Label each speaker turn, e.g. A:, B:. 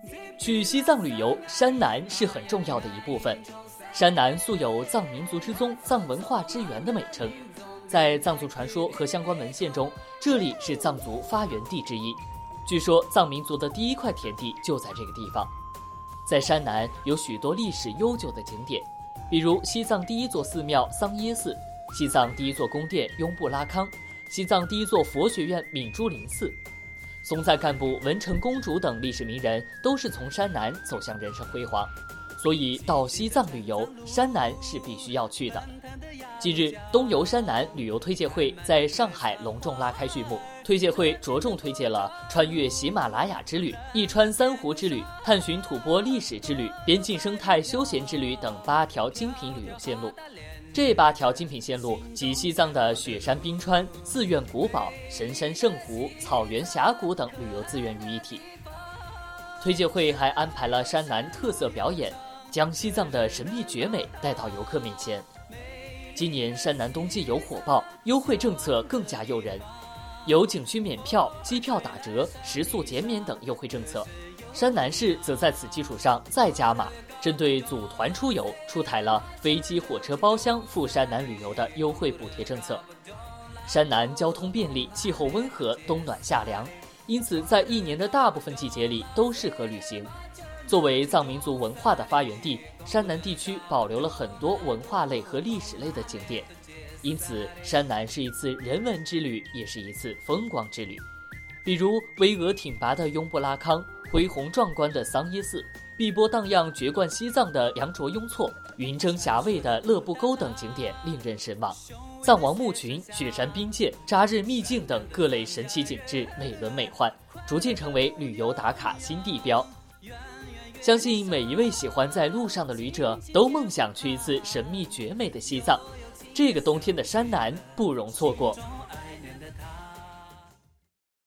A: 去西藏旅游，山南是很重要的一部分。山南素有藏民族之宗、藏文化之源的美称，在藏族传说和相关文献中，这里是藏族发源地之一。据说藏民族的第一块田地就在这个地方。在山南有许多历史悠久的景点，比如西藏第一座寺庙桑耶寺，西藏第一座宫殿雍布拉康，西藏第一座佛学院敏珠林寺。松赞干布、文成公主等历史名人都是从山南走向人生辉煌，所以到西藏旅游，山南是必须要去的。近日，东游山南旅游推介会在上海隆重拉开序幕。推介会着重推介了穿越喜马拉雅之旅、一川三湖之旅、探寻吐蕃历史之旅、边境生态休闲之旅等8条精品旅游线路。这8条精品线路集西藏的雪山冰川、寺院古堡、神山圣湖、草原峡谷等旅游资源于一体。推介会还安排了山南特色表演，将西藏的神秘绝美带到游客面前。今年山南冬季游火爆，优惠政策更加诱人，有景区免票、机票打折、食宿减免等优惠政策。山南市则在此基础上再加码，针对组团出游出台了飞机、火车包厢赴山南旅游的优惠补贴政策。山南交通便利，气候温和，冬暖夏凉，因此在一年的大部分季节里都适合旅行。作为藏民族文化的发源地，山南地区保留了很多文化类和历史类的景点，因此山南是一次人文之旅，也是一次风光之旅。比如巍峨挺拔的雍布拉康、恢宏壮观的桑耶寺、碧波荡漾绝冠西藏的羊卓雍措、云蒸霞蔚的勒布沟等景点令人神往。藏王墓群、雪山冰鉴、扎日秘境等各类神奇景致美轮美奂，逐渐成为旅游打卡新地标。相信每一位喜欢在路上的旅者都梦想去一次神秘绝美的西藏，这个冬天的山南不容错过。